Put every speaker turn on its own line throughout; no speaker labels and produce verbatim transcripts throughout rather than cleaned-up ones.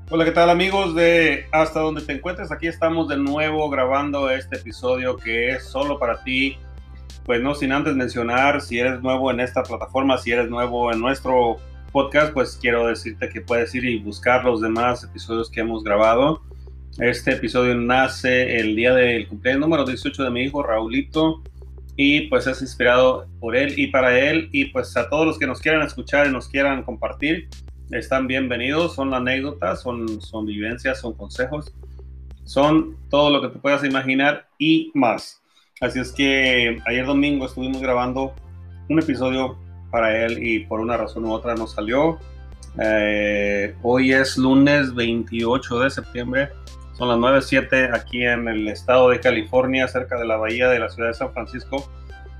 Hola, ¿qué tal amigos de Hasta Donde Te Encuentres? Aquí estamos de nuevo grabando este episodio que es solo para ti. Pues no sin antes mencionar, si eres nuevo en esta plataforma, si eres nuevo en nuestro podcast, pues quiero decirte que puedes ir y buscar los demás episodios que hemos grabado. Este episodio nace el día del cumpleaños número dieciocho de mi hijo, Raulito, y pues es inspirado por él y para él. Y pues a todos los que nos quieran escuchar y nos quieran compartir, están bienvenidos. Son anécdotas, son, son vivencias, son consejos, son todo lo que te puedas imaginar y más. Así es que ayer domingo estuvimos grabando un episodio para él y por una razón u otra no salió. Eh, hoy es lunes veintiocho de septiembre, son las nueve siete aquí en el estado de California, cerca de la bahía de la ciudad de San Francisco.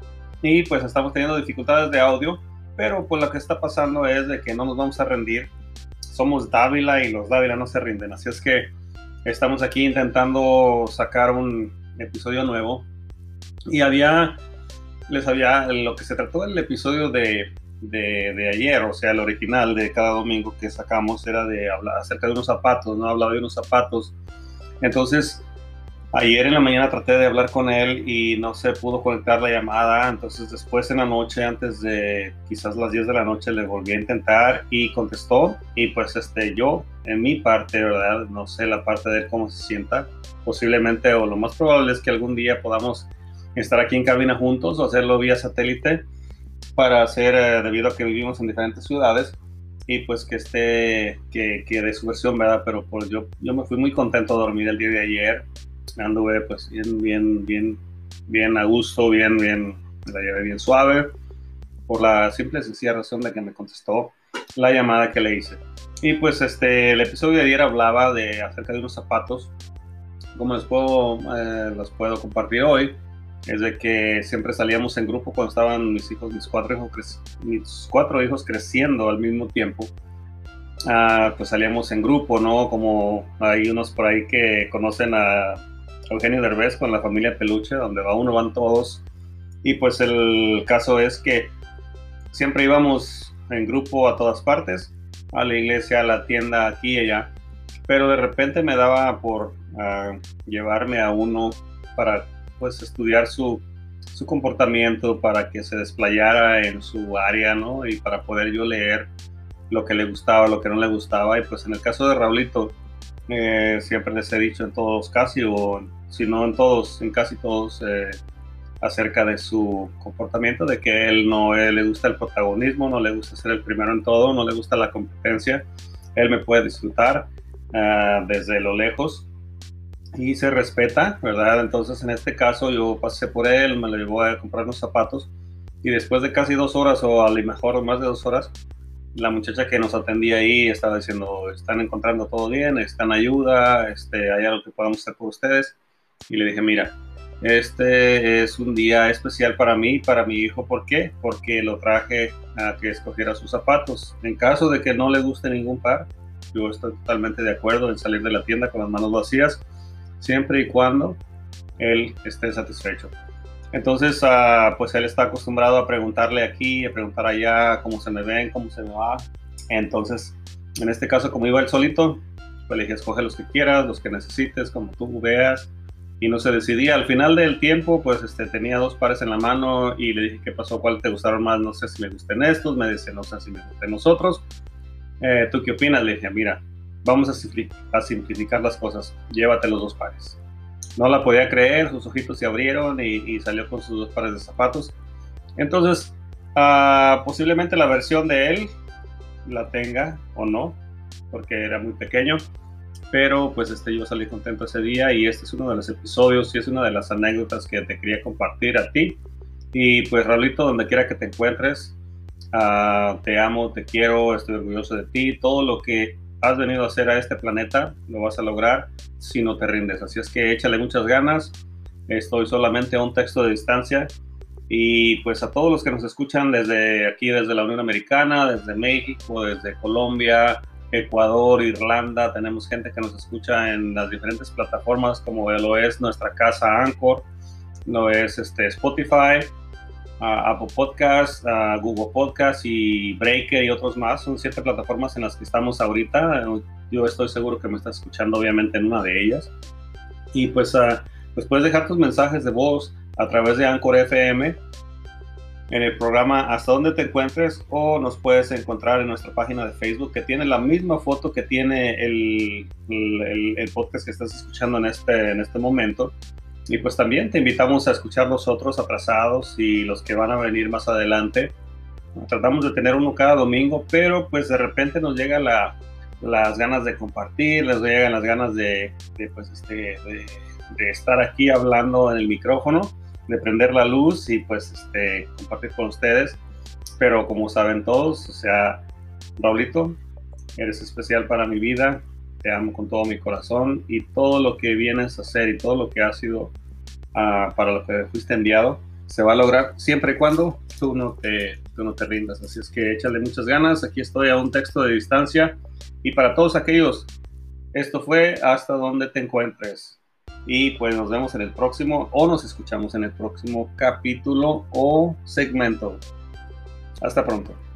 Y pues estamos teniendo dificultades de audio, pero pues lo que está pasando es de que no nos vamos a rendir. Somos Dávila y los Dávila no se rinden, así es que estamos aquí intentando sacar un episodio nuevo. Y había, les había, lo que se trató del episodio de, de, de ayer, o sea, el original de cada domingo que sacamos era de hablar acerca de unos zapatos, no hablaba de unos zapatos. Entonces, ayer en la mañana traté de hablar con él y no se pudo conectar la llamada. Entonces después en la noche, antes de quizás las diez de la noche, le volví a intentar y contestó. Y pues este, yo, en mi parte, ¿verdad? No sé la parte de él cómo se sienta. Posiblemente o lo más probable es que algún día podamos estar aquí en cabina juntos o hacerlo vía satélite para hacer, eh, debido a que vivimos en diferentes ciudades. Y pues que esté, que, que de su versión, ¿verdad? Pero pues yo, yo me fui muy contento a dormir el día de ayer. Anduve pues bien, bien, bien, bien a gusto, bien, bien, me la llevé bien suave, por la simple y sencilla razón de que me contestó la llamada que le hice. Y pues este, el episodio de ayer hablaba de acerca de unos zapatos. Como les puedo, eh, los puedo compartir hoy, es de que siempre salíamos en grupo cuando estaban mis hijos, mis cuatro hijos, cre- mis cuatro hijos creciendo al mismo tiempo. Uh, pues salíamos en grupo, ¿no? Como hay unos por ahí que conocen a Eugenio Derbez con la familia Peluche, donde va uno, van todos. Y pues el caso es que siempre íbamos en grupo a todas partes, a la iglesia, a la tienda, aquí y allá. Pero de repente me daba por uh, llevarme a uno para pues estudiar su, su comportamiento, para que se desplayara en su área, ¿no? Y para poder yo leer lo que le gustaba, lo que no le gustaba. Y pues en el caso de Raulito, eh, siempre les he dicho en todos casi, o si no en todos, en casi todos, eh, acerca de su comportamiento, de que él no él le gusta el protagonismo, no le gusta ser el primero en todo, no le gusta la competencia. Él me puede disfrutar uh, desde lo lejos y se respeta, ¿verdad? Entonces en este caso yo pasé por él, me lo llevó a comprar unos zapatos y después de casi dos horas o a lo mejor más de dos horas, la muchacha que nos atendía ahí estaba diciendo, están encontrando todo bien, necesitan ayuda, este, hay algo que podamos hacer por ustedes. Y le dije, mira, este es un día especial para mí, para mi hijo. ¿Por qué? Porque lo traje a que escogiera sus zapatos. En caso de que no le guste ningún par, yo estoy totalmente de acuerdo en salir de la tienda con las manos vacías, siempre y cuando él esté satisfecho. Entonces, uh, pues él está acostumbrado a preguntarle aquí, a preguntar allá, cómo se me ven, cómo se me va. Entonces, en este caso, como iba él solito, pues le dije, escoge los que quieras, los que necesites, como tú veas. Y no se decidía. Al final del tiempo, pues este, tenía dos pares en la mano y le dije, ¿qué pasó? ¿Cuál te gustaron más? No sé si me gusten estos. Me dice, no sé si me gusten nosotros. Eh, ¿Tú qué opinas? Le dije, mira, vamos a, simplific- a simplificar las cosas. Llévate los dos pares. No la podía creer, sus ojitos se abrieron y, y salió con sus dos pares de zapatos. Entonces, uh, posiblemente la versión de él la tenga o no, porque era muy pequeño, pero pues este, yo salí contento ese día y este es uno de los episodios y es una de las anécdotas que te quería compartir a ti. Y pues Raulito, donde quiera que te encuentres, uh, te amo, te quiero, estoy orgulloso de ti, todo lo que has venido a hacer a este planeta, lo vas a lograr si no te rindes. Así es que échale muchas ganas. Estoy solamente a un texto de distancia. Y pues a todos los que nos escuchan desde aquí, desde la Unión Americana, desde México, desde Colombia, Ecuador, Irlanda, tenemos gente que nos escucha en las diferentes plataformas como lo es nuestra casa Anchor, lo es este, Spotify, uh, Apple Podcasts, uh, Google Podcasts y Breaker y otros más. Son siete plataformas en las que estamos ahorita. Yo estoy seguro que me estás escuchando obviamente en una de ellas. Y pues, uh, pues puedes dejar tus mensajes de voz a través de Anchor F M en el programa Hasta Donde Te Encuentres, o nos puedes encontrar en nuestra página de Facebook, que tiene la misma foto que tiene el, el, el podcast que estás escuchando en este, en este momento. Y pues también te invitamos a escuchar los otros atrasados y los que van a venir más adelante. Tratamos de tener uno cada domingo, pero pues de repente nos llega la, las ganas de compartir, les llegan las ganas de, de, pues este, de, de estar aquí hablando en el micrófono, de prender la luz y pues este, compartir con ustedes. Pero como saben todos, o sea, Raulito, eres especial para mi vida, te amo con todo mi corazón, y todo lo que vienes a hacer y todo lo que ha sido uh, para lo que fuiste enviado se va a lograr siempre y cuando tú no te, tú no te rindas. Así es que échale muchas ganas. Aquí estoy a un texto de distancia, y para todos aquellos, esto fue Hasta Donde Te Encuentres. Y pues nos vemos en el próximo, o nos escuchamos en el próximo capítulo o segmento. Hasta pronto.